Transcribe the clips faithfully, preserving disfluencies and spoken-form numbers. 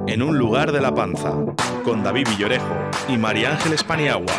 En un lugar de la panza, con David Villorejo y María Ángeles Paniagua.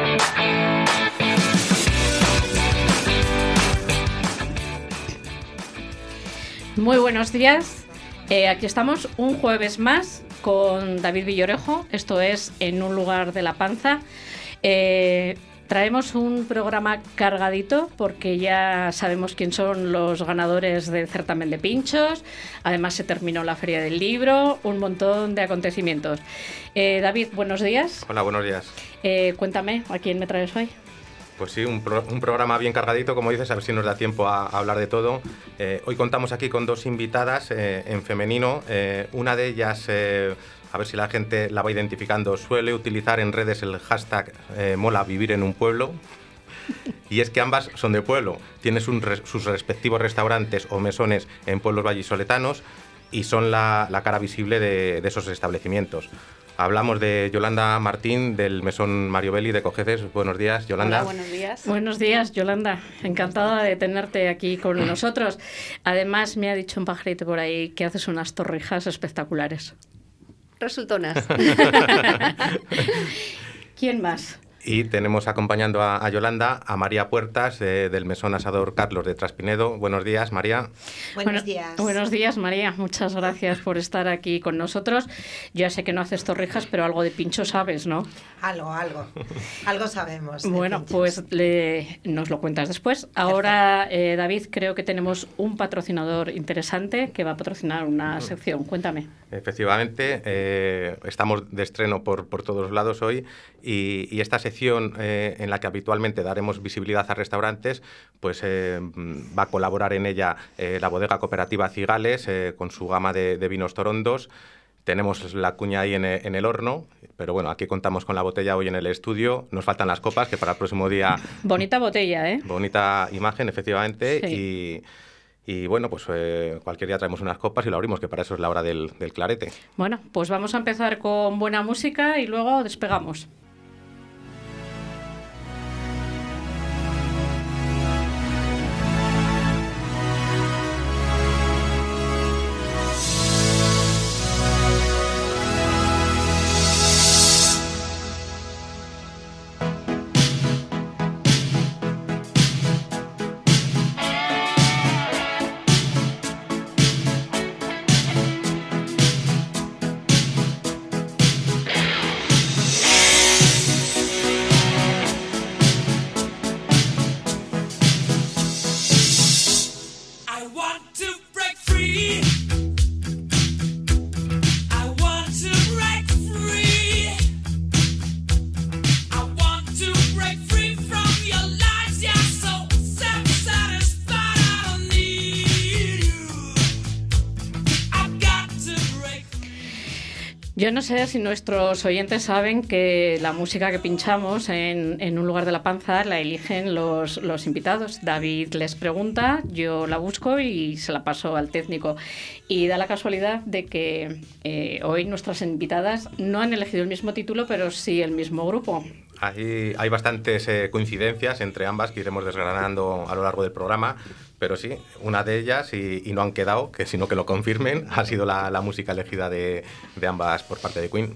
Muy buenos días, eh, aquí estamos un jueves más con David Villorejo, esto es En un lugar de la panza. Eh, traemos un programa cargadito porque ya sabemos quién son los ganadores del certamen de pinchos, además se terminó la Feria del Libro, un montón de acontecimientos. Eh, David, buenos días. Hola, buenos días. Eh, cuéntame, ¿a quién me traes hoy? Pues sí, un, pro, un programa bien cargadito, como dices, a ver si nos da tiempo a, a hablar de todo. Eh, hoy contamos aquí con dos invitadas eh, en femenino. Eh, una de ellas, eh, a ver si la gente la va identificando, suele utilizar en redes el hashtag eh, mola vivir en un pueblo. Y es que ambas son de pueblo, tienen sus, sus respectivos restaurantes o mesones en pueblos vallisoletanos y son la, la cara visible de, de esos establecimientos. Hablamos de Yolanda Martín, del mesón Mario Belli de Cojeces. Buenos días, Yolanda. Hola, buenos días. Buenos días, Yolanda. Encantada de tenerte aquí con nosotros. Además, me ha dicho un pajarito por ahí que haces unas torrijas espectaculares. Resultonas. ¿Quién más? Y tenemos acompañando a, a Yolanda a María Puertas, eh, del mesón asador Carlos de Traspinedo. Buenos días, María. Buenos bueno, días. Buenos días, María. Muchas gracias por estar aquí con nosotros. Yo ya sé que no haces torrijas, pero algo de pincho sabes, ¿no? Algo, algo. Algo sabemos. Bueno, pinchos. pues le, nos lo cuentas después. Ahora, eh, David, creo que tenemos un patrocinador interesante que va a patrocinar una sección. Cuéntame. Efectivamente, eh, estamos de estreno por, por todos lados hoy y, y esta sección eh, en la que habitualmente daremos visibilidad a restaurantes, pues eh, va a colaborar en ella eh, la bodega cooperativa Cigales eh, con su gama de, de vinos torondos. Tenemos la cuña ahí en el, en el horno, pero bueno, aquí contamos con la botella hoy en el estudio. Nos faltan las copas, que para el próximo día... Bonita botella, ¿eh? Bonita imagen, efectivamente, sí. y... Y bueno, pues eh, cualquier día traemos unas copas y lo abrimos, que para eso es la hora del, del clarete. Bueno, pues vamos a empezar con buena música y luego despegamos. Yo no sé si nuestros oyentes saben que la música que pinchamos en, en un lugar de la panza la eligen los, los invitados. David les pregunta, yo la busco y se la paso al técnico. Y da la casualidad de que eh, hoy nuestras invitadas no han elegido el mismo título, pero sí el mismo grupo. Hay, hay bastantes eh, coincidencias entre ambas que iremos desgranando a lo largo del programa, pero sí, una de ellas, y, y no han quedado, que sino que lo confirmen, ha sido la, la música elegida de, de ambas por parte de Queen.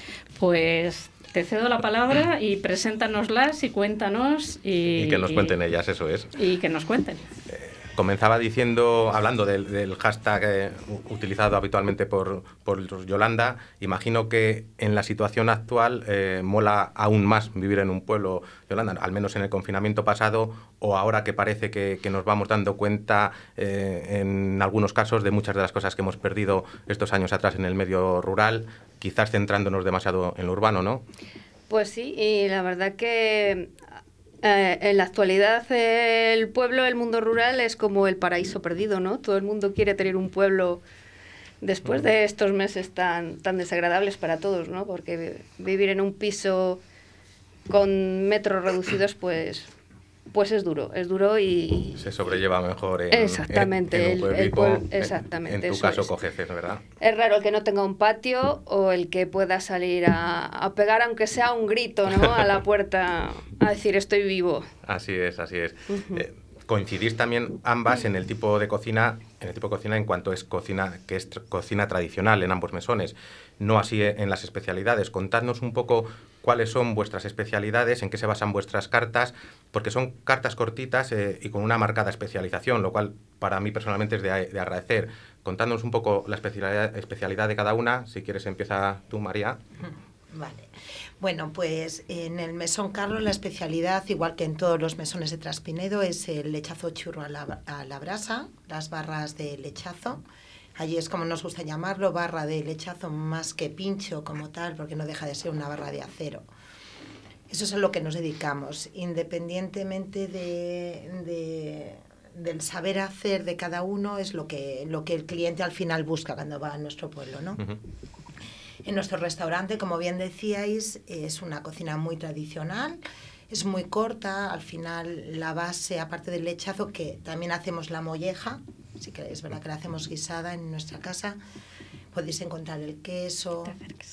Pues te cedo la palabra y preséntanoslas y cuéntanos. Y, y que nos cuenten y, ellas, eso es. Y que nos cuenten. Eh, Comenzaba diciendo, hablando del, del hashtag eh, utilizado habitualmente por, por Yolanda. Imagino que en la situación actual eh, mola aún más vivir en un pueblo, Yolanda, al menos en el confinamiento pasado, o ahora que parece que, que nos vamos dando cuenta eh, en algunos casos de muchas de las cosas que hemos perdido estos años atrás en el medio rural, quizás centrándonos demasiado en lo urbano, ¿no? Pues sí, y la verdad que... Eh, en la actualidad eh, el pueblo, el mundo rural es como el paraíso perdido, ¿no? Todo el mundo quiere tener un pueblo después de estos meses tan, tan desagradables para todos, ¿no? Porque vivir en un piso con metros reducidos, pues, pues es duro, es duro y... Se sobrelleva mejor en, exactamente, en, en un el, el pueblito, pueblo, exactamente, en, en tu eso caso es. Cojeces, ¿verdad? Es raro el que no tenga un patio o el que pueda salir a, a pegar, aunque sea un grito, ¿no? A la puerta, a decir estoy vivo. Así es, así es. Uh-huh. Eh, coincidís también ambas en el tipo de cocina en el tipo de cocina en cuanto es cocina, que es tr- cocina tradicional en ambos mesones, no así en las especialidades. Contadnos un poco cuáles son vuestras especialidades, en qué se basan vuestras cartas, porque son cartas cortitas eh, y con una marcada especialización, lo cual para mí personalmente es de, de agradecer. Contadnos un poco la especialidad, especialidad de cada una. Si quieres empieza tú, María. Vale. Bueno, pues en el mesón Carlos la especialidad, igual que en todos los mesones de Traspinedo, es el lechazo churro a la, a la brasa, las barras de lechazo. Allí es como nos gusta llamarlo, barra de lechazo más que pincho como tal, porque no deja de ser una barra de acero. Eso es a lo que nos dedicamos, independientemente de, de, del saber hacer de cada uno, es lo que, lo que el cliente al final busca cuando va a nuestro pueblo, ¿no? Uh-huh. En nuestro restaurante, como bien decíais, es una cocina muy tradicional, es muy corta, al final la base, aparte del lechazo, que también hacemos la molleja, sí que es verdad que la hacemos guisada en nuestra casa, podéis encontrar el queso,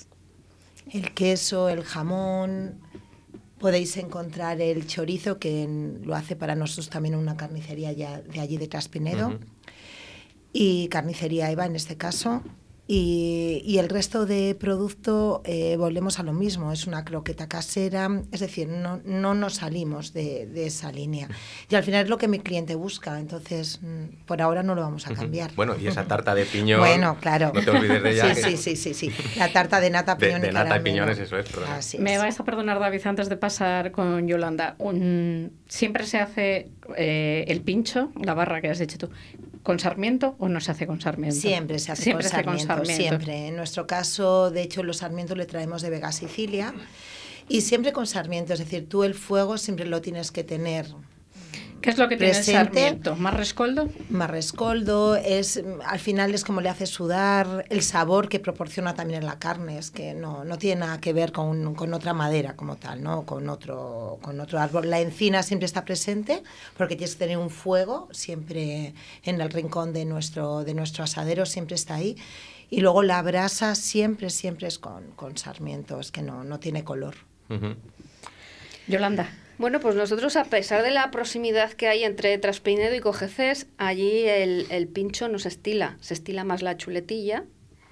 el queso, el jamón, podéis encontrar el chorizo, que en, lo hace para nosotros también una carnicería ya de allí de Traspinedo, uh-huh. y carnicería Eva en este caso. Y, y el resto de producto, eh, volvemos a lo mismo, es una croqueta casera, es decir, no, no nos salimos de, de esa línea. Y al final es lo que mi cliente busca, entonces por ahora no lo vamos a cambiar. Bueno, y esa tarta de piñón, bueno, claro. no te olvides de ella. Sí, que... sí, sí, sí, sí, la tarta de nata, piñón de, de y nata y caramelo. piñones, eso es. Así Me es. vais a perdonar, David, antes de pasar con Yolanda. Un, ¿Siempre se hace eh, el pincho, la barra que has hecho tú, con sarmiento o no se hace con sarmiento? Siempre se hace, siempre con, se hace sarmiento, con sarmiento. Siempre. En nuestro caso, de hecho, los sarmientos le traemos de Vega Sicilia y siempre con sarmiento. Es decir, tú el fuego siempre lo tienes que tener. ¿Qué es lo que presente. tiene el sarmiento? ¿Más rescoldo? Más rescoldo, es, al final es como le hace sudar, el sabor que proporciona también en la carne, es que no, no tiene nada que ver con, con otra madera como tal, ¿no? Con otro, con otro árbol. La encina siempre está presente porque tienes que tener un fuego siempre en el rincón de nuestro, de nuestro asadero, siempre está ahí. Y luego la brasa siempre, siempre es con, con sarmiento, es que no, no tiene color. Uh-huh. Yolanda. Bueno, pues nosotros, a pesar de la proximidad que hay entre Traspinedo y Cogecés, allí el, el pincho no se estila, se estila más la chuletilla,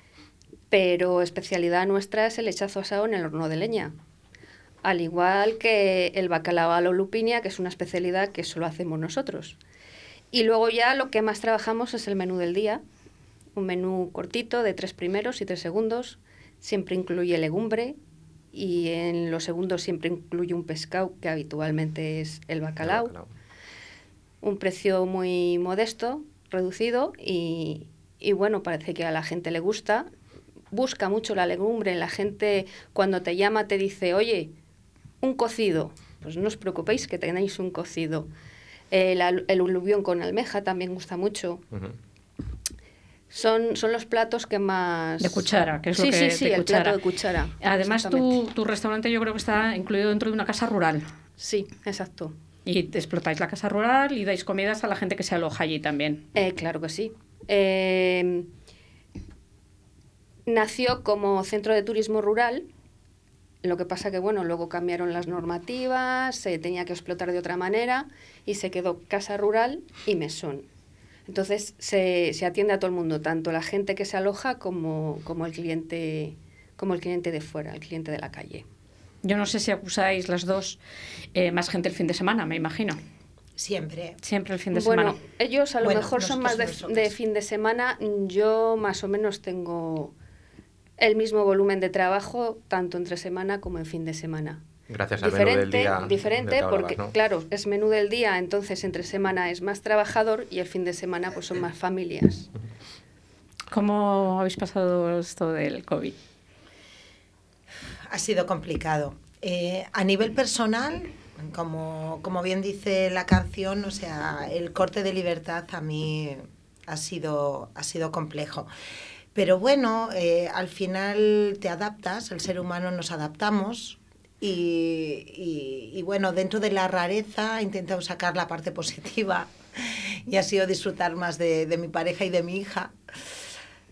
pero especialidad nuestra es el lechazo asado en el horno de leña. Al igual que el bacalao a la lupinia, que es una especialidad que solo hacemos nosotros. Y luego ya lo que más trabajamos es el menú del día, un menú cortito de tres primeros y tres segundos, siempre incluye legumbre, y en los segundos siempre incluye un pescado, que habitualmente es el bacalao. el bacalao. Un precio muy modesto, reducido, y, y bueno, parece que a la gente le gusta. Busca mucho la legumbre, la gente cuando te llama te dice, oye, un cocido. Pues no os preocupéis que tenéis un cocido. El, el alubión con almeja también gusta mucho. Uh-huh. Son, son los platos que más... De cuchara, que es sí, lo que Sí, sí, de el cuchara. plato de cuchara. Además, tu, tu restaurante yo creo que está incluido dentro de una casa rural. Sí, exacto. Y explotáis la casa rural y dais comidas a la gente que se aloja allí también. Eh, claro que sí. Eh, nació como centro de turismo rural, lo que pasa que, bueno, luego cambiaron las normativas, se tenía que explotar de otra manera y se quedó casa rural y mesón. Entonces se, se atiende a todo el mundo, tanto la gente que se aloja como, como, el cliente, como el cliente de fuera, el cliente de la calle. Yo no sé si acusáis las dos eh, más gente el fin de semana, me imagino. Siempre. Siempre el fin de bueno, semana. Bueno, ellos a lo bueno, mejor son más de, de fin de semana. Yo más o menos tengo el mismo volumen de trabajo, tanto entre semana como en fin de semana. Gracias al diferente, menú del día. Diferente, del porque, hablabas, ¿no? claro, es menú del día, entonces entre semana es más trabajador y el fin de semana pues son más familias. ¿Cómo habéis pasado esto del COVID? Ha sido complicado. Eh, a nivel personal, como, como bien dice la canción, o sea, el corte de libertad a mí ha sido, ha sido complejo. Pero bueno, eh, al final te adaptas, el ser humano nos adaptamos. Y, y, y bueno, dentro de la rareza he intentado sacar la parte positiva y ha sido disfrutar más de, de mi pareja y de mi hija.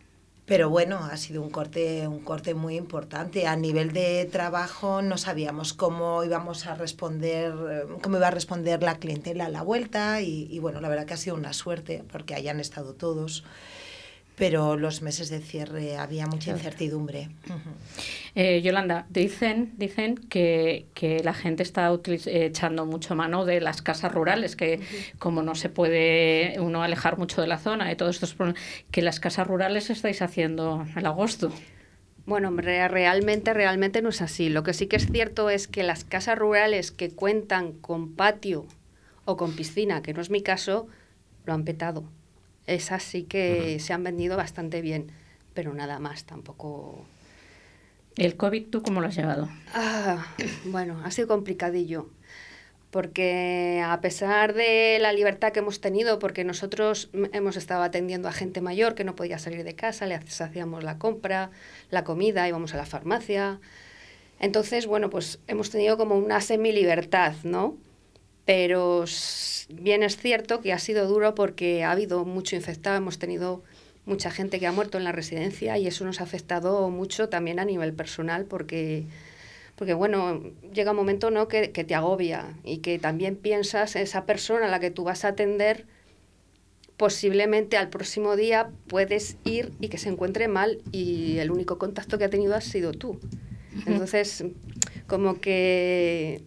Pero bueno, ha sido un corte, un corte muy importante. A nivel de trabajo no sabíamos cómo íbamos a responder, cómo iba a responder la clientela a la vuelta y, y bueno, la verdad que ha sido una suerte porque hayan estado todos. Pero los meses de cierre había mucha incertidumbre. Uh-huh. Eh, Yolanda, dicen, dicen que, que la gente está utiliz- echando mucho mano de las casas rurales, que uh-huh. como no se puede uno alejar mucho de la zona y todos estos problemas, que las casas rurales estáis haciendo el agosto. Bueno, hombre, realmente, realmente no es así. Lo que sí que es cierto es que las casas rurales que cuentan con patio o con piscina, que no es mi caso, lo han petado. Esas sí que uh-huh. se han vendido bastante bien, pero nada más, tampoco... ¿El COVID tú cómo lo has llevado? Ah, bueno, ha sido complicadillo, porque a pesar de la libertad que hemos tenido, porque nosotros hemos estado atendiendo a gente mayor que no podía salir de casa, les hacíamos la compra, la comida, íbamos a la farmacia... Entonces, bueno, pues hemos tenido como una semi-libertad, ¿no? Pero bien es cierto que ha sido duro porque ha habido mucho infectado, hemos tenido mucha gente que ha muerto en la residencia y eso nos ha afectado mucho también a nivel personal porque, porque bueno, llega un momento, ¿no?, que, que te agobia y que también piensas esa persona a la que tú vas a atender, posiblemente al próximo día puedes ir y que se encuentre mal y el único contacto que ha tenido ha sido tú. Entonces, como que...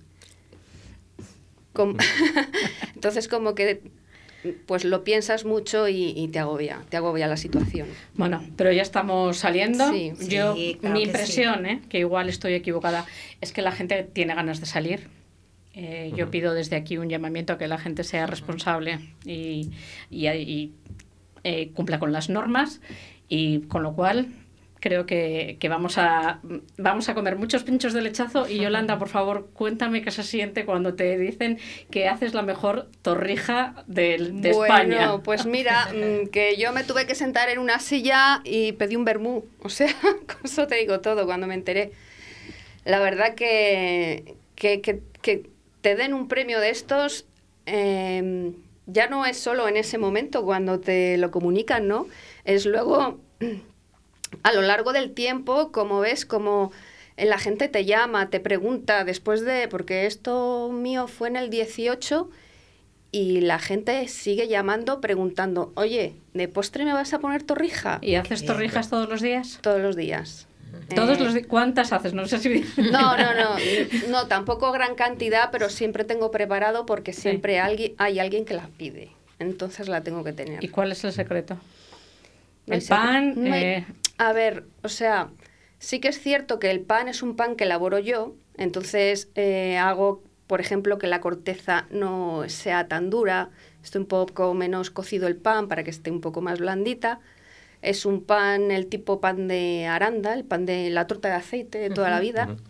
Como Entonces, como que pues lo piensas mucho y, y te agobia, te agobia la situación. Bueno, pero ya estamos saliendo. Sí, Yo, sí, claro mi que impresión, sí. eh, que igual estoy equivocada, es que la gente tiene ganas de salir. Eh, yo pido desde aquí un llamamiento a que la gente sea responsable y, y, y eh, cumpla con las normas y con lo cual... Creo que, que vamos a vamos a comer muchos pinchos de lechazo. Y Yolanda, por favor, cuéntame qué se siente cuando te dicen que haces la mejor torrija de, de bueno, España. Bueno, pues mira, que yo me tuve que sentar en una silla y pedí un vermú. O sea, con eso te digo todo cuando me enteré. La verdad que, que, que, que te den un premio de estos, eh, ya no es solo en ese momento cuando te lo comunican, ¿no? Es luego... A lo largo del tiempo, como ves, como la gente te llama, te pregunta después de... Porque esto mío fue en el dieciocho y la gente sigue llamando, preguntando, oye, ¿de postre me vas a poner torrija? ¿Y haces torrijas todos los días? Todos los días. ¿Todos eh, los di- ¿Cuántas haces? No sé si... No, no, no, no, tampoco gran cantidad, pero siempre tengo preparado porque siempre sí. alguien, hay alguien que las pide. Entonces la tengo que tener. ¿Y cuál es el secreto? El, el pan... secreto, no hay, eh... A ver, o sea, sí que es cierto que el pan es un pan que elaboro yo, entonces eh, hago, por ejemplo, que la corteza no sea tan dura, esté un poco menos cocido el pan para que esté un poco más blandita. Es un pan, el tipo pan de aranda, el pan de la torta de aceite de toda uh-huh, la vida. Uh-huh.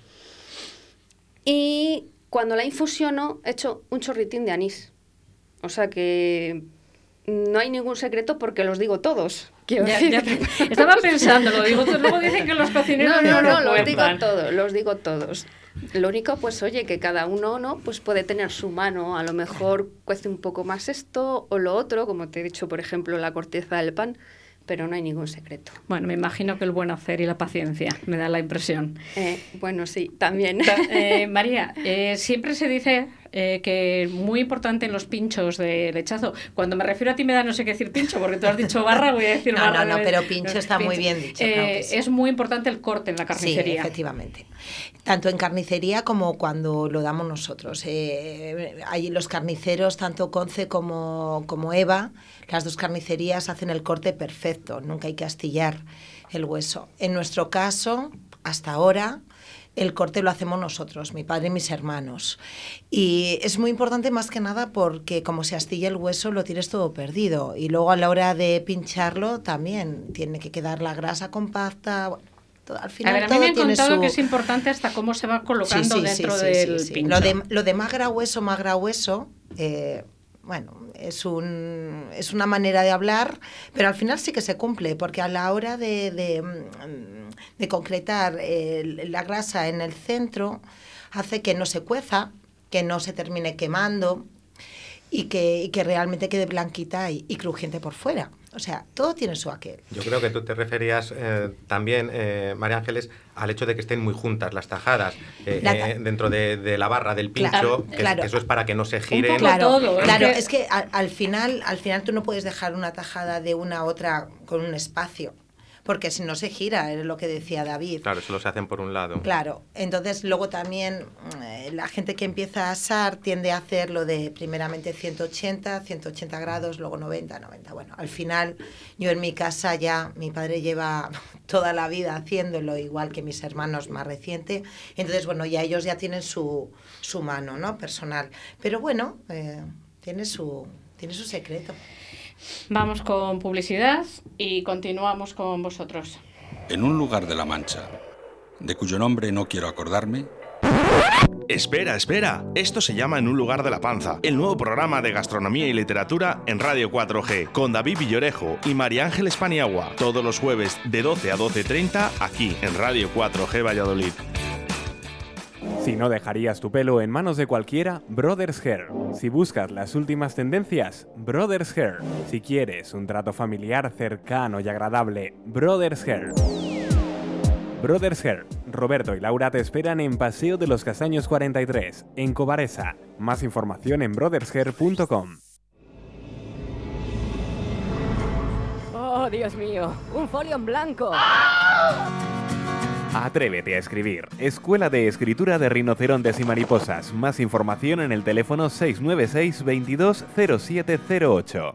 Y cuando la infusiono, echo un chorritín de anís. O sea que no hay ningún secreto porque los digo todos. Ya, ya, estaba pensando, lo digo, luego dicen que los cocineros no, no, no, no, lo los digo cuentan. todos, los digo todos. Lo único, pues oye, que cada uno, ¿no?, pues puede tener su mano, a lo mejor cuece un poco más esto o lo otro, como te he dicho, por ejemplo, la corteza del pan, pero no hay ningún secreto. Bueno, me imagino que el buen hacer y la paciencia, me da la impresión. Eh, bueno, sí, también. Eh, María, eh, siempre se dice eh, que muy importante en los pinchos de lechazo. Cuando me refiero a ti me da no sé qué decir pincho, porque tú has dicho barra, voy a decir no, barra. No, no, pero pincho está pincho. Muy bien dicho. Eh, claro que sí. Es muy importante el corte en la carnicería. Sí, efectivamente. Tanto en carnicería como cuando lo damos nosotros. Eh, hay los carniceros, tanto Conce como, como Eva, las dos carnicerías hacen el corte perfecto, nunca hay que astillar el hueso. En nuestro caso, hasta ahora, el corte lo hacemos nosotros, mi padre y mis hermanos. Y es muy importante más que nada porque como se astilla el hueso lo tienes todo perdido. Y luego a la hora de pincharlo también tiene que quedar la grasa compacta. Al final, a ver, a mí todo me han contado su... que es importante hasta cómo se va colocando sí, sí, dentro sí, del sí, sí. pincho. Lo de, lo de magra hueso, magra hueso... Eh, Bueno, es, un, es una manera de hablar, pero al final sí que se cumple, porque a la hora de, de, de concretar el, la grasa en el centro, hace que no se cueza, que no se termine quemando y que, y que realmente quede blanquita y, y crujiente por fuera. O sea, todo tiene su aquel. Yo creo que tú te referías eh, también, eh, María Ángeles, al hecho de que estén muy juntas las tajadas eh, La ta- eh, dentro de, de la barra del pincho, Claro, que, claro. que eso es para que no se Un giren. poco Claro, todo, ¿eh? claro, Es que- es que al, al final, al final tú no puedes dejar una tajada de una a otra con un espacio, porque si no se gira, es lo que decía David. Claro, solo se hacen por un lado. Claro, entonces luego también eh, la gente que empieza a asar tiende a hacer lo de primeramente ciento ochenta, ciento ochenta grados, luego noventa, noventa. Bueno, al final yo en mi casa ya, mi padre lleva toda la vida haciéndolo, igual que mis hermanos más reciente, entonces bueno, ya ellos ya tienen su, su mano, ¿no? Personal. Pero bueno, eh, tiene su, tiene su secreto. Vamos con publicidad y continuamos con vosotros. En un lugar de la Mancha, de cuyo nombre no quiero acordarme, Espera, espera. Esto se llama En un lugar de la panza, el nuevo programa de gastronomía y literatura en Radio cuatro G, con David Villorejo y María Ángeles Paniagua, todos los jueves de doce a doce treinta, aquí en Radio cuatro G Valladolid. Si no dejarías tu pelo en manos de cualquiera, Brothers Hair. Si buscas las últimas tendencias, Brothers Hair. Si quieres un trato familiar cercano y agradable, Brothers Hair. Brothers Hair. Roberto y Laura te esperan en Paseo de los Castaños cuarenta y tres, en Cobaresa. Más información en brothers hair punto com. Oh, Dios mío, un folio en blanco. Atrévete a escribir. Escuela de Escritura de Rinocerontes y Mariposas. Más información en el teléfono seis nueve seis, veintidós, cero siete cero ocho.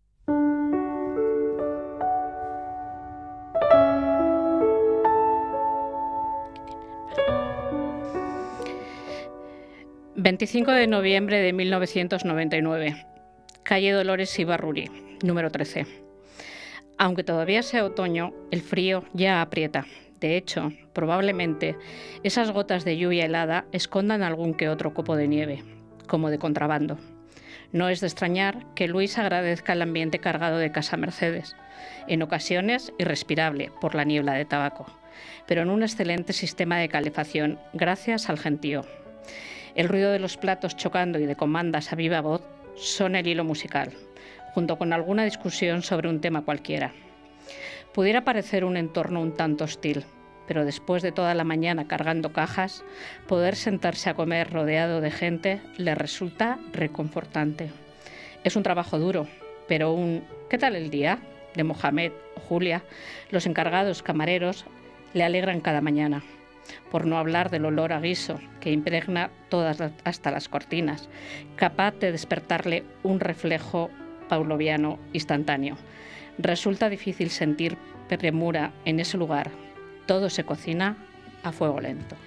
veinticinco de noviembre de mil novecientos noventa y nueve. Calle Dolores Ibarruri, número trece. Aunque todavía sea otoño, el frío ya aprieta. De hecho, probablemente esas gotas de lluvia helada escondan algún que otro copo de nieve, como de contrabando. No es de extrañar que Luis agradezca el ambiente cargado de Casa Mercedes, en ocasiones irrespirable por la niebla de tabaco, pero en un excelente sistema de calefacción gracias al gentío. El ruido de los platos chocando y de comandas a viva voz son el hilo musical, junto con alguna discusión sobre un tema cualquiera. Pudiera parecer un entorno un tanto hostil, pero después de toda la mañana cargando cajas, poder sentarse a comer rodeado de gente le resulta reconfortante. Es un trabajo duro, pero un ¿qué tal el día? De Mohamed o Julia, los encargados camareros, le alegran cada mañana. Por no hablar del olor a guiso que impregna todas las, hasta las cortinas, capaz de despertarle un reflejo pavloviano instantáneo. Resulta difícil sentir premura en ese lugar. Todo se cocina a fuego lento.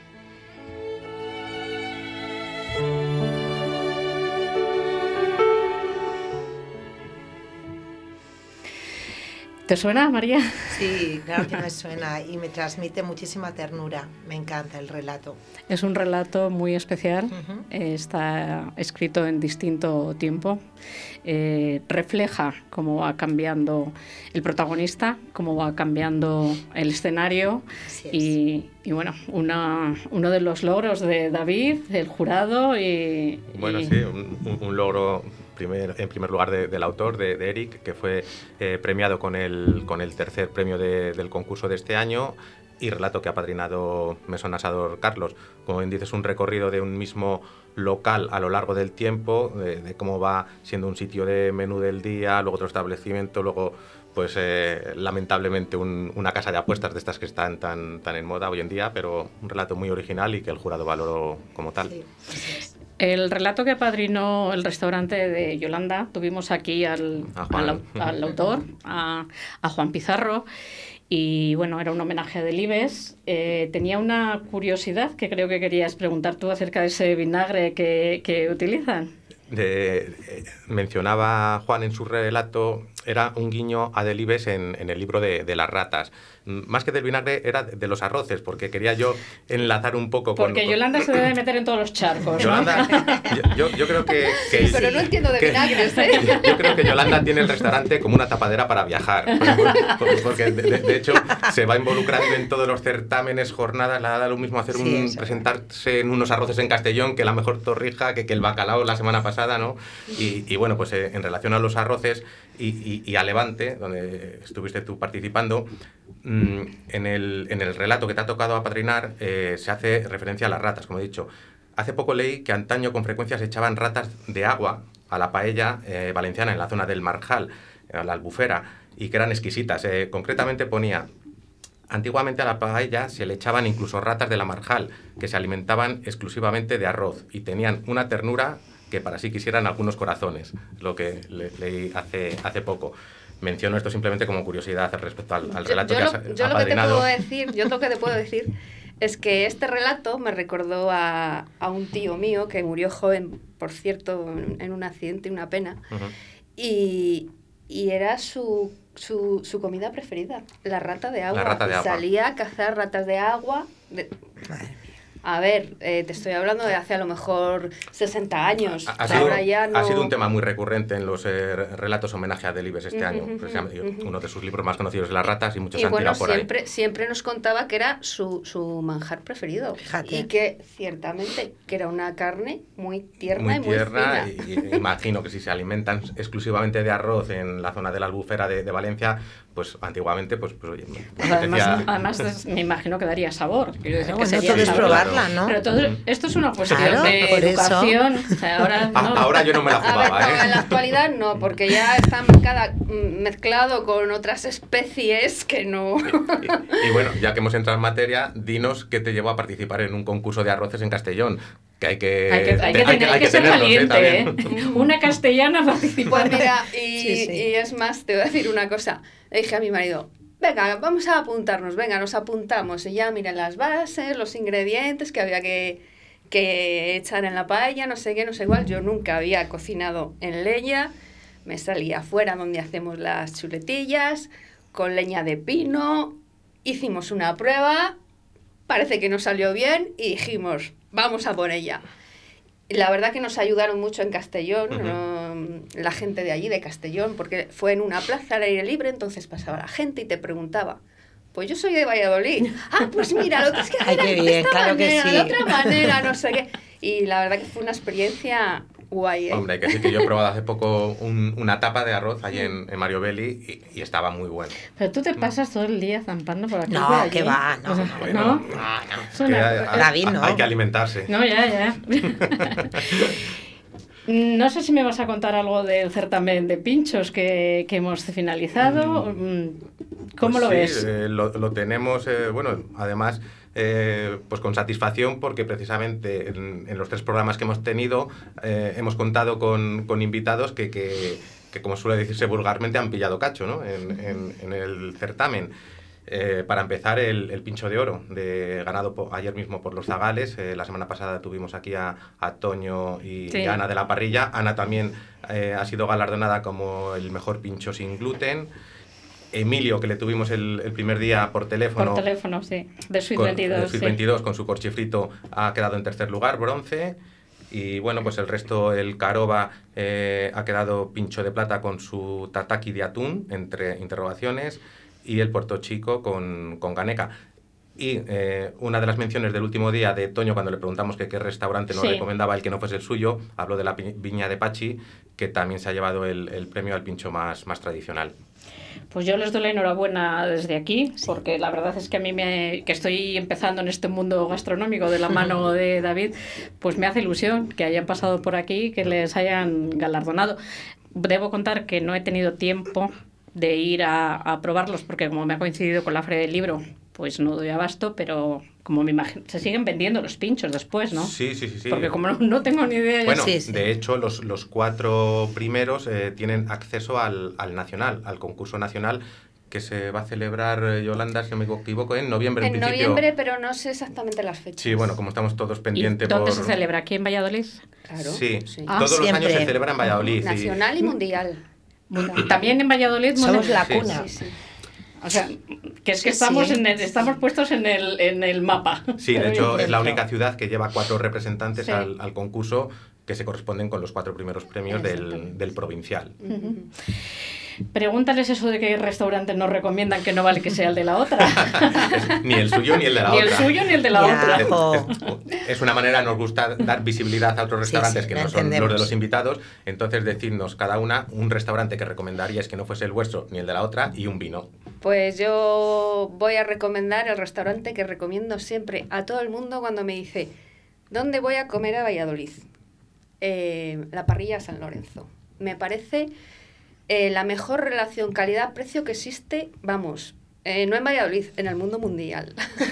¿Te suena, María? Sí, claro que me suena y me transmite muchísima ternura. Me encanta el relato. Es un relato muy especial, Uh-huh. eh, está escrito en distinto tiempo, eh, refleja cómo va cambiando el protagonista, cómo va cambiando el escenario Así es. y, y bueno, una, uno de los logros de David, del jurado y... Bueno, y- sí, un, un- un logro primer, en primer lugar de- del autor, de, de Eric, que fue eh, premiado con el, con el tercer premio de- del concurso de este año, y relato que ha padrinado Mesón Asador Carlos. Como bien dices, un recorrido de un mismo local a lo largo del tiempo, de, de cómo va siendo un sitio de menú del día, luego otro establecimiento, luego pues eh, lamentablemente un- una casa de apuestas de estas que están tan, tan en moda hoy en día, pero un relato muy original y que el jurado valoró como tal. Sí, así es. El relato que apadrinó el restaurante de Yolanda, tuvimos aquí al, A Juan. al, au- al autor, a, a Juan Pizarro, y bueno, era un homenaje a Delibes. Eh, tenía una curiosidad que creo que querías preguntar tú acerca de ese vinagre que, que utilizan. De, eh, mencionaba Juan en su relato, era un guiño a Delibes en, en el libro de, de las ratas. Mm, Más que del vinagre, era de, de los arroces, porque quería yo enlazar un poco con... Porque con- Yolanda se debe meter en todos los charcos, ¿no? Yolanda, yo, yo- yo creo que... que Sí, pero no entiendo de que- vinagres, ¿eh? Yo creo que Yolanda tiene el restaurante como una tapadera para viajar, porque, porque de, de- de hecho se va involucrando en todos los certámenes, jornadas, la da lo mismo hacer Sí, un, eso. presentarse en unos arroces en Castellón que la mejor torrija, que, que el bacalao la semana pasada. pasada, ¿no? Y, y bueno, pues eh, en relación a los arroces y, y, y a Levante, donde estuviste tú participando, mmm, en, el, en el relato que te ha tocado apadrinar eh, se hace referencia a las ratas, como he dicho. Hace poco leí que antaño con frecuencia se echaban ratas de agua a la paella eh, valenciana en la zona del Marjal, a la Albufera, y que eran exquisitas. Eh, concretamente ponía... Antiguamente a la paella se le echaban incluso ratas de la Marjal, que se alimentaban exclusivamente de arroz y tenían una ternura que para sí quisieran algunos corazones, lo que le, leí hace, hace poco. Menciono esto simplemente como curiosidad respecto al, al relato yo, yo que has lo, yo apadrinado. Lo que te puedo decir, yo lo que te puedo decir es que este relato me recordó a, a un tío mío que murió joven, por cierto, en, en un accidente, una pena, uh-huh. y, y era su... Su, su comida preferida, la rata de agua. La rata de agua. Salía a cazar ratas de agua. De... A ver, eh, te estoy hablando de hace a lo mejor sesenta años. Ha, ha, sido, Ahora ya no... ha sido un tema muy recurrente en los eh, relatos homenaje a Delibes este uh-huh, año. Precisamente, uh-huh. Uno de sus libros más conocidos es Las ratas y muchos y han bueno, tirado por siempre, ahí. Siempre nos contaba que era su, su manjar preferido. Fíjate. Y que ciertamente que era una carne muy tierna muy y muy tierna, fina. Y, y imagino que si se alimentan exclusivamente de arroz en la zona de la Albufera de, de Valencia, pues antiguamente, pues, pues oye, pues además, además me imagino que daría sabor. Quiero decir, bueno, que todo es probarla, ¿no? Pero todo, esto es una cuestión claro, de educación. O sea, ahora, ¿no? ahora yo no me la jugaba, a ver, no, ¿eh? en la actualidad no, porque ya está cada, mezclado con otras especies que no... Y, y, y bueno, ya que hemos entrado en materia, dinos qué te llevó a participar en un concurso de arroces en Castellón. Que hay que, hay que, hay que, hay que, hay que ser valiente, ¿eh? ¿eh? Una castellana participando. Pues mira, y, sí, sí. y es más, te voy a decir una cosa. Le dije a mi marido, venga, vamos a apuntarnos, venga, nos apuntamos. Y ya miren las bases, los ingredientes que había que, que echar en la paella, no sé qué, no sé igual. Yo nunca había cocinado en leña. Me salía afuera donde hacemos las chuletillas, con leña de pino. Hicimos una prueba, parece que nos salió bien y dijimos... Vamos a por ella. La verdad que nos ayudaron mucho en Castellón, uh-huh. ¿no? La gente de allí, de Castellón, porque fue en una plaza al aire libre, entonces pasaba la gente y te preguntaba, pues yo soy de Valladolid. Ah, pues mira, lo tienes que hacer Ay, de bien, esta claro manera, que sí. de otra manera, no sé qué. Y la verdad que fue una experiencia guay, ¿eh? Hombre, hay que decir que yo he probado hace poco un, una tapa de arroz allí en, en Mario Belli y, y estaba muy bueno. Pero tú te pasas todo el día zampando por aquí. No, por allí. que va, no. O sea, no, bueno, ¿no? no, no. Es una... hay, David, no. hay que alimentarse. No, ya, ya. No sé si me vas a contar algo del certamen de pinchos que, que hemos finalizado. ¿Cómo pues lo sí, ves? Eh, lo, lo tenemos, eh, bueno, además... Eh, pues con satisfacción porque precisamente en, en los tres programas que hemos tenido eh, hemos contado con, con invitados que, que, que, como suele decirse vulgarmente, han pillado cacho, ¿no? en, en, en el certamen. Eh, para empezar, el, el pincho de oro, de, ganado por, ayer mismo por los Zagales. Eh, la semana pasada tuvimos aquí a, a Toño y, sí. y a Ana de la parrilla. Ana también eh, ha sido galardonada como el mejor pincho sin gluten. Emilio, que le tuvimos el, el primer día por teléfono. Por teléfono, sí. De Suite con, veintidós. de Suite sí. veintidós, con su corchifrito, ha quedado en tercer lugar, bronce. Y bueno, pues el resto, el Caroba eh, ha quedado pincho de plata con su tataki de atún, entre interrogaciones, y el Puerto Chico con, con ganeca. Y eh, una de las menciones del último día de Toño, cuando le preguntamos que qué restaurante nos sí. recomendaba el que no fuese el suyo, habló de la Viña de Pachi, que también se ha llevado el, el premio al pincho más, más tradicional. Pues yo les doy la enhorabuena desde aquí, sí. porque la verdad es que a mí, me, que estoy empezando en este mundo gastronómico de la mano de David, pues me hace ilusión que hayan pasado por aquí, que les hayan galardonado. Debo contar que no he tenido tiempo de ir a, a probarlos, porque como me ha coincidido con la Feria del Libro, pues no doy abasto, pero como me imagino, se siguen vendiendo los pinchos después, ¿no? Sí, sí, sí. sí. Porque como no, no tengo ni idea... Bueno, sí, sí. de hecho, los, los cuatro primeros eh, tienen acceso al, al nacional, al concurso nacional, que se va a celebrar, Yolanda, si no me equivoco, en noviembre. En, en noviembre, pero no sé exactamente las fechas. Sí, bueno, como estamos todos pendientes. ¿Y dónde por... se celebra? ¿Aquí en Valladolid? Claro. Sí, sí. Ah, todos siempre. los años se celebra en Valladolid. Nacional y, y mundial. También en Valladolid. Somos la sí. cuna. Sí, sí. O sea, que es que Sí, estamos, sí. en el, estamos puestos en el, en el mapa. Sí, de hecho, es la única ciudad que lleva cuatro representantes sí. al, al concurso, que se corresponden con los cuatro primeros premios del, del provincial. Uh-huh. Pregúntales eso de que restaurantes nos recomiendan que no vale que sea el de la otra. Es, ni el suyo ni el de la ni otra. Ni el suyo ni el de la ya, otra. Es, es, es una manera, nos gusta dar visibilidad a otros restaurantes sí, sí, que no entendemos. son los de los invitados, entonces decidnos cada una un restaurante que recomendaríais que no fuese el vuestro ni el de la otra y un vino. Pues yo voy a recomendar el restaurante que recomiendo siempre a todo el mundo cuando me dice ¿dónde voy a comer a Valladolid? Eh, la Parrilla San Lorenzo. Me parece eh, la mejor relación calidad-precio que existe, vamos, eh, no en Valladolid, en el mundo mundial.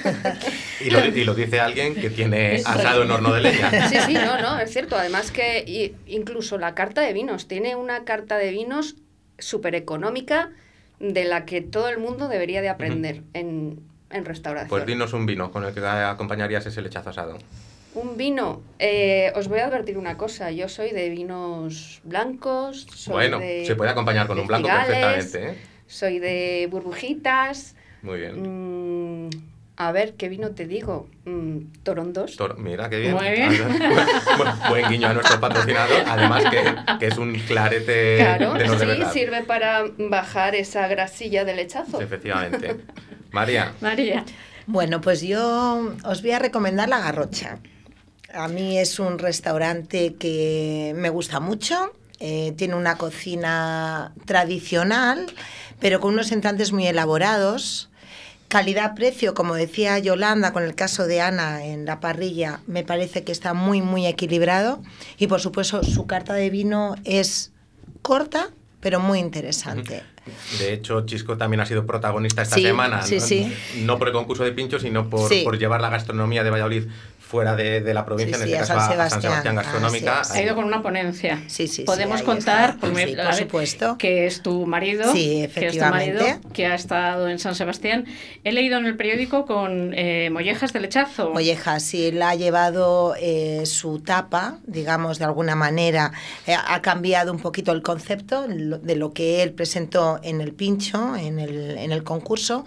Y lo, y lo dice alguien que tiene asado en horno de leña. Sí, sí, no, no, es cierto. Además que y, incluso la carta de vinos, tiene una carta de vinos súper económica de la que todo el mundo debería de aprender uh-huh. en, en restauración. Pues dinos un vino con el que acompañarías ese lechazo asado. Un vino, eh, os voy a advertir una cosa, yo soy de vinos blancos, soy bueno, de, se puede acompañar con un blanco cigales, perfectamente, ¿eh? Soy de burbujitas. Muy bien. Mm, a ver, ¿qué vino te digo? Mm, Torondos. Tor- mira, qué bien. Muy bien. Buen, buen guiño a nuestro patrocinador, además que, que es un clarete claro, de los de sí, verdad. sirve para bajar esa grasilla del lechazo. Sí, efectivamente. María. María. Bueno, pues yo os voy a recomendar La Garrocha. A mí es un restaurante que me gusta mucho, eh, tiene una cocina tradicional, pero con unos entrantes muy elaborados. Calidad-precio, como decía Yolanda, con el caso de Ana en la parrilla, me parece que está muy, muy equilibrado. Y, por supuesto, su carta de vino es corta, pero muy interesante. De hecho, Chisco también ha sido protagonista esta sí, semana, sí, ¿no? Sí. no por el concurso de pinchos, sino por, sí. por llevar la gastronomía de Valladolid fuera de, de la provincia, sí, en sí, este a caso San a San Sebastián Gastronómica. Ah, sí, ha ido con una ponencia. Sí, sí, Podemos sí, contar, está. por, Sí, mi, por ver, supuesto, que es tu marido, sí, que es tu marido, efectivamente, que ha estado en San Sebastián. He leído en el periódico con eh, mollejas de lechazo. Mollejas, sí, él ha llevado eh, su tapa, digamos, de alguna manera, eh, ha cambiado un poquito el concepto de lo que él presentó en el pincho, en el, en el concurso,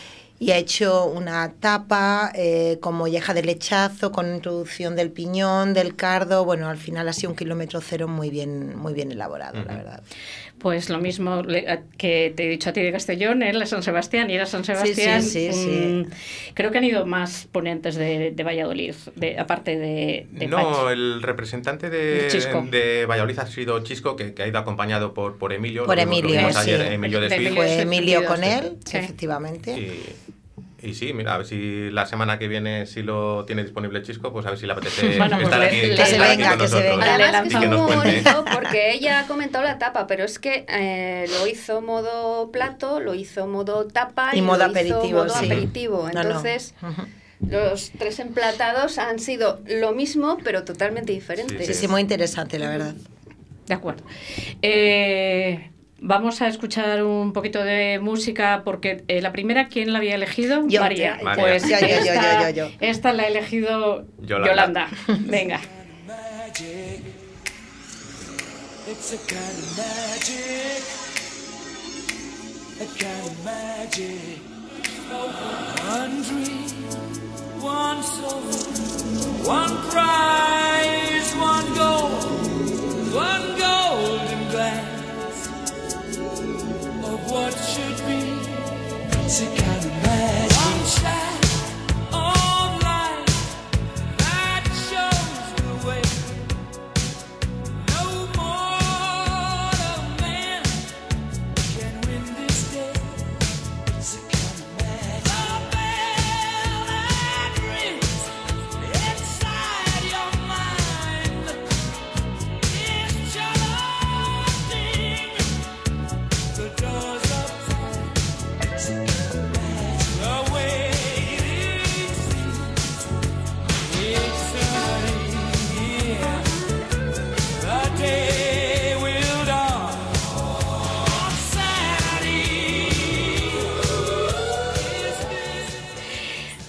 y ha hecho una tapa eh, con molleja de lechazo, con introducción del piñón, del cardo. Bueno, al final ha sido un kilómetro cero muy bien, muy bien elaborado, uh-huh. la verdad. Pues lo mismo que te he dicho a ti de Castellón, él es San Sebastián, y era San Sebastián. Sí, sí, sí, mmm, sí. Creo que han ido más ponentes de, de Valladolid, de, aparte de, de No, Pachi. el representante de, de Valladolid ha sido Chisco, que, que ha ido acompañado por, por Emilio. Por lo Emilio, vimos, lo vimos sí. ayer, Emilio de Fue Fue Emilio con él, sí. efectivamente. Y, y sí, mira, a ver si la semana que viene, si lo tiene disponible Chisco, pues a ver si le apetece bueno, pues estar le, aquí, le, estar se aquí venga, con que se nosotros. venga. Además Y que que es nos muy cuente. bonito porque ella ha comentado la tapa, pero es que eh, lo hizo modo plato, lo hizo modo tapa y, y modo lo aperitivo, hizo modo sí. aperitivo. Entonces, no, no. Uh-huh. los tres emplatados han sido lo mismo, pero totalmente diferentes. Sí, sí, muy interesante, la verdad. De acuerdo. Eh... Vamos a escuchar un poquito de música porque eh, la primera, ¿quién la había elegido? Yo, María. María. Pues yo, yo, esta, yo, yo, yo. esta la ha elegido Yolanda. Yolanda. Venga. It's a kind of magic, a kind of magic. One dream, one soul, one prize, one goal, one golden glance. Of what should be, it's a kind of magic. One shot of light that shows the way. No mortal man can win this day. It's a kind of magic. The bell that rings inside your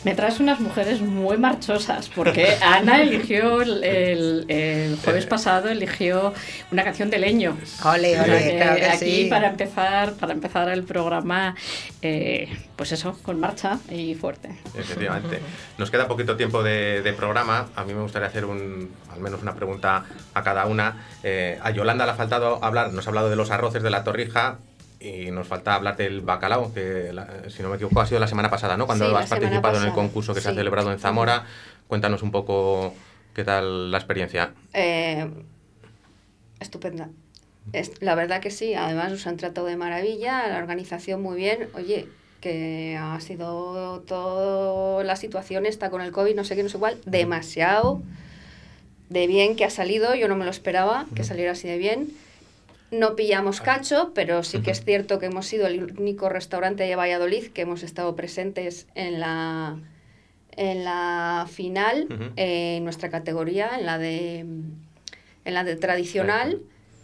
Me traes unas mujeres muy marchosas, porque Ana eligió el, el, el jueves pasado eligió una canción de Leño. Ole, ole, que claro que aquí sí. para empezar, para empezar el programa, eh, pues eso, con marcha y fuerte. Efectivamente. Nos queda poquito tiempo de, de programa. A mí me gustaría hacer un, al menos una pregunta a cada una. Eh, a Yolanda le ha faltado hablar, nos ha hablado de los arroces de la Torrija. Y nos falta hablar del bacalao, que la, si no me equivoco ha sido la semana pasada, ¿no? Cuando Sí, has participado en el concurso que sí. se ha celebrado en Zamora. Cuéntanos un poco qué tal la experiencia. Eh, estupenda. Es, la verdad que sí, además nos han tratado de maravilla, la organización muy bien. Oye, que ha sido toda la situación esta con el COVID, no sé qué, no sé cuál, demasiado de bien que ha salido. Yo no me lo esperaba, que saliera así de bien. No pillamos cacho, pero sí que es cierto que hemos sido el único restaurante de Valladolid que hemos estado presentes en la, en la final, Uh-huh. eh, en nuestra categoría, en la de, en la de tradicional.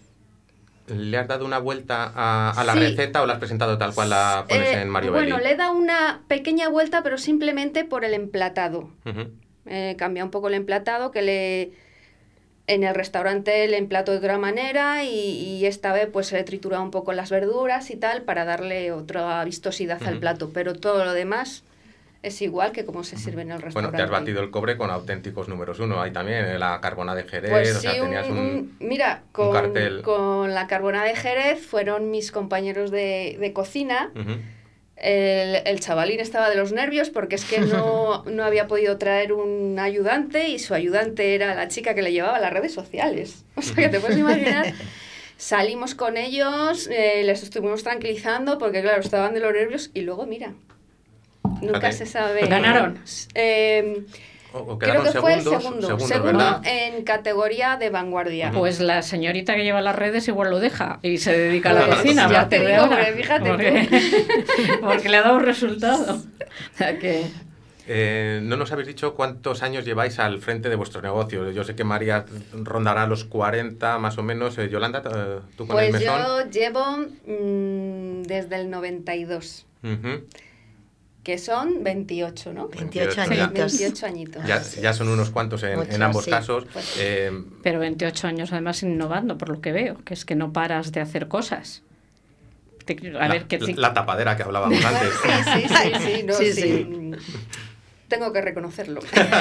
¿Le has dado una vuelta a, a la Sí. receta o la has presentado tal cual la pones Eh, en Mario bueno, Belli? le he dado una pequeña vuelta, pero simplemente por el emplatado. Uh-huh. Eh, cambia un poco el emplatado, que le... En el restaurante le emplato de otra manera y, y esta vez pues he triturado un poco las verduras y tal para darle otra vistosidad al Ujú. plato, pero todo lo demás es igual que como se sirve en el Bueno, restaurante. te has batido el cobre con auténticos números uno. Hay también eh, la carbona de Jerez, Pues o sea, sí, tenías un- un... un- mira, con, cartel. con la carbona de Jerez fueron mis compañeros de, de cocina. Ujú. El, el chavalín estaba de los nervios porque es que no, no había podido traer un ayudante y su ayudante era la chica que le llevaba a las redes sociales. O sea, que te puedes imaginar. Salimos con ellos, eh, les estuvimos tranquilizando porque, claro, estaban de los nervios y luego, mira, nunca Fíjate. se sabe. ¿Ganaron? Eh, O- o creo quedaron que fue el segundos, segundo. segundos, Segundo ¿verdad? en categoría de vanguardia. Pues la señorita que lleva las redes igual lo deja y se dedica a la Pues cocina. a ya partir te de digo, ahora, porque fíjate porque, porque le ha dado un resultado. O sea que... Eh, no nos habéis dicho cuántos años lleváis al frente de vuestro negocio. Yo sé que María rondará los cuarenta más o menos. Eh, Yolanda, eh, tú con el Pues mesón. yo llevo mm, desde el noventa y dos. Ujú. Que son veintiocho, ¿no? veintiocho ya. añitos. veintiocho añitos. Ya, ya son unos cuantos en, Muchos, en ambos sí. casos. Pues- Eh, Pero veintiocho años además innovando, por lo que veo, que es que no paras de hacer cosas. Te- A la, ver, que te- la tapadera que hablábamos Bueno, antes. sí, sí, sí, sí, no, Sí, sí. sí. Tengo que reconocerlo.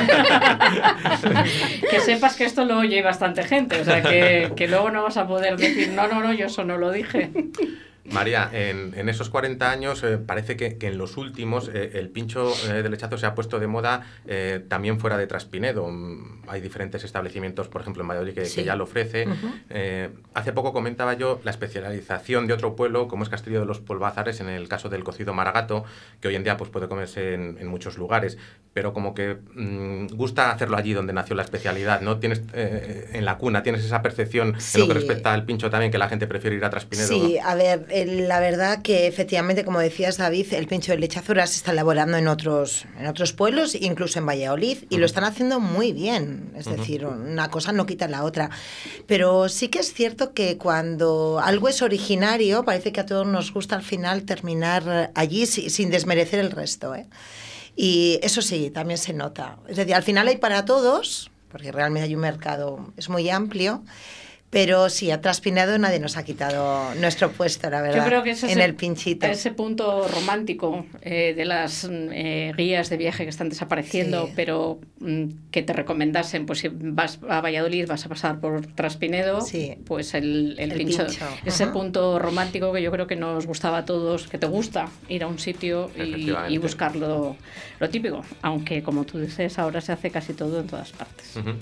que sepas que esto lo oye bastante gente, o sea, que, que luego no vas a poder decir, no, no, no, yo eso no lo dije. María, en, en esos cuarenta años eh, parece que, que en los últimos eh, el pincho eh, de lechazo se ha puesto de moda eh, también fuera de Traspinedo. Mm, Hay diferentes establecimientos, por ejemplo en Valladolid, que, Sí. que ya lo ofrece. Ujú. Eh, hace poco comentaba yo la especialización de otro pueblo, como es Castillo de los Polvazares, en el caso del cocido maragato, que hoy en día pues, puede comerse en, en muchos lugares, pero como que mm, gusta hacerlo allí donde nació la especialidad, ¿no? Tienes eh, en la cuna, tienes esa percepción en lo Sí. que respecta al pincho también, que la gente prefiere ir a Traspinedo. Sí, a ver, el- la verdad que efectivamente, como decías David, el pincho de lechazo ahora se está elaborando en otros, en otros pueblos, incluso en Valladolid, y lo están haciendo muy bien. Es Ujú. decir, una cosa no quita la otra. Pero sí que es cierto que cuando algo es originario, parece que a todos nos gusta al final terminar allí si- sin desmerecer el resto, ¿eh? Y eso sí, también se nota. Es decir, al final hay para todos, porque realmente hay un mercado, es muy amplio. Pero sí, a Traspinedo nadie nos ha quitado nuestro puesto, la verdad, Yo creo que es en ese, el pinchito. ese punto romántico eh, de las eh, guías de viaje que están desapareciendo, Sí. pero mm, que te recomendasen, pues si vas a Valladolid, vas a pasar por Traspinedo, Sí. pues el, el El pincho, pincho, ese ajá. punto romántico que yo creo que nos gustaba a todos, que te gusta ir a un sitio y, Efectivamente. y buscar lo, lo típico, aunque como tú dices, ahora se hace casi todo en todas partes. Ujú.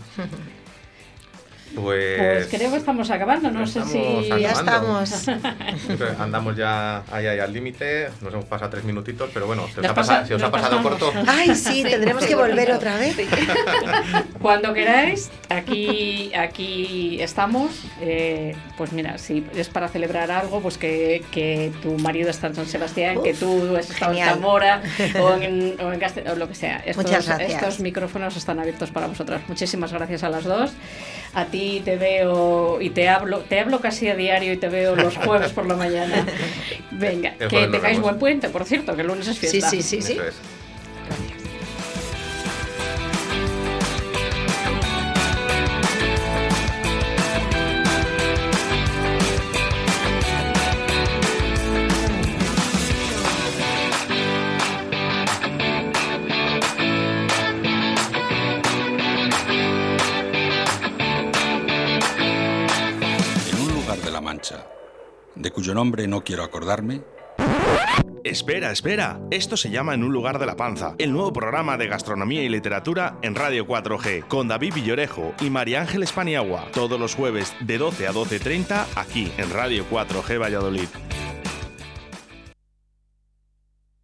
Pues, Pues creo que estamos acabando, no sé estamos si... Ya acabando. estamos. Andamos ya ahí, ahí al límite, nos hemos pasado tres minutitos, pero bueno, se os Nos ha, pasa- pasa- se os ha nos pasado pasamos. corto. Ay, sí, tendremos que volver otra vez. Cuando queráis, aquí, aquí estamos. Eh, pues mira, si es para celebrar algo, pues que, que tu marido está en San Sebastián, Uf, que tú has estado en genial. Zamora o en, o en Castel- o lo que sea. Estos, Muchas gracias. estos micrófonos están abiertos para vosotras. Muchísimas gracias a las dos. A ti te veo y te hablo, te hablo casi a diario y te veo los jueves por la mañana. Venga, El que jueves nos tengáis vemos. buen puente, por cierto, que el lunes es Sí, fiesta. sí, sí, sí. Eso es. Gracias. Mancha, de cuyo nombre no quiero acordarme. Espera, espera. Esto se llama En un lugar de la panza, el nuevo programa de gastronomía y literatura en Radio cuatro G, con David Villorejo y María Ángeles Paniagua, todos los jueves de doce a doce treinta aquí en Radio cuatro G Valladolid.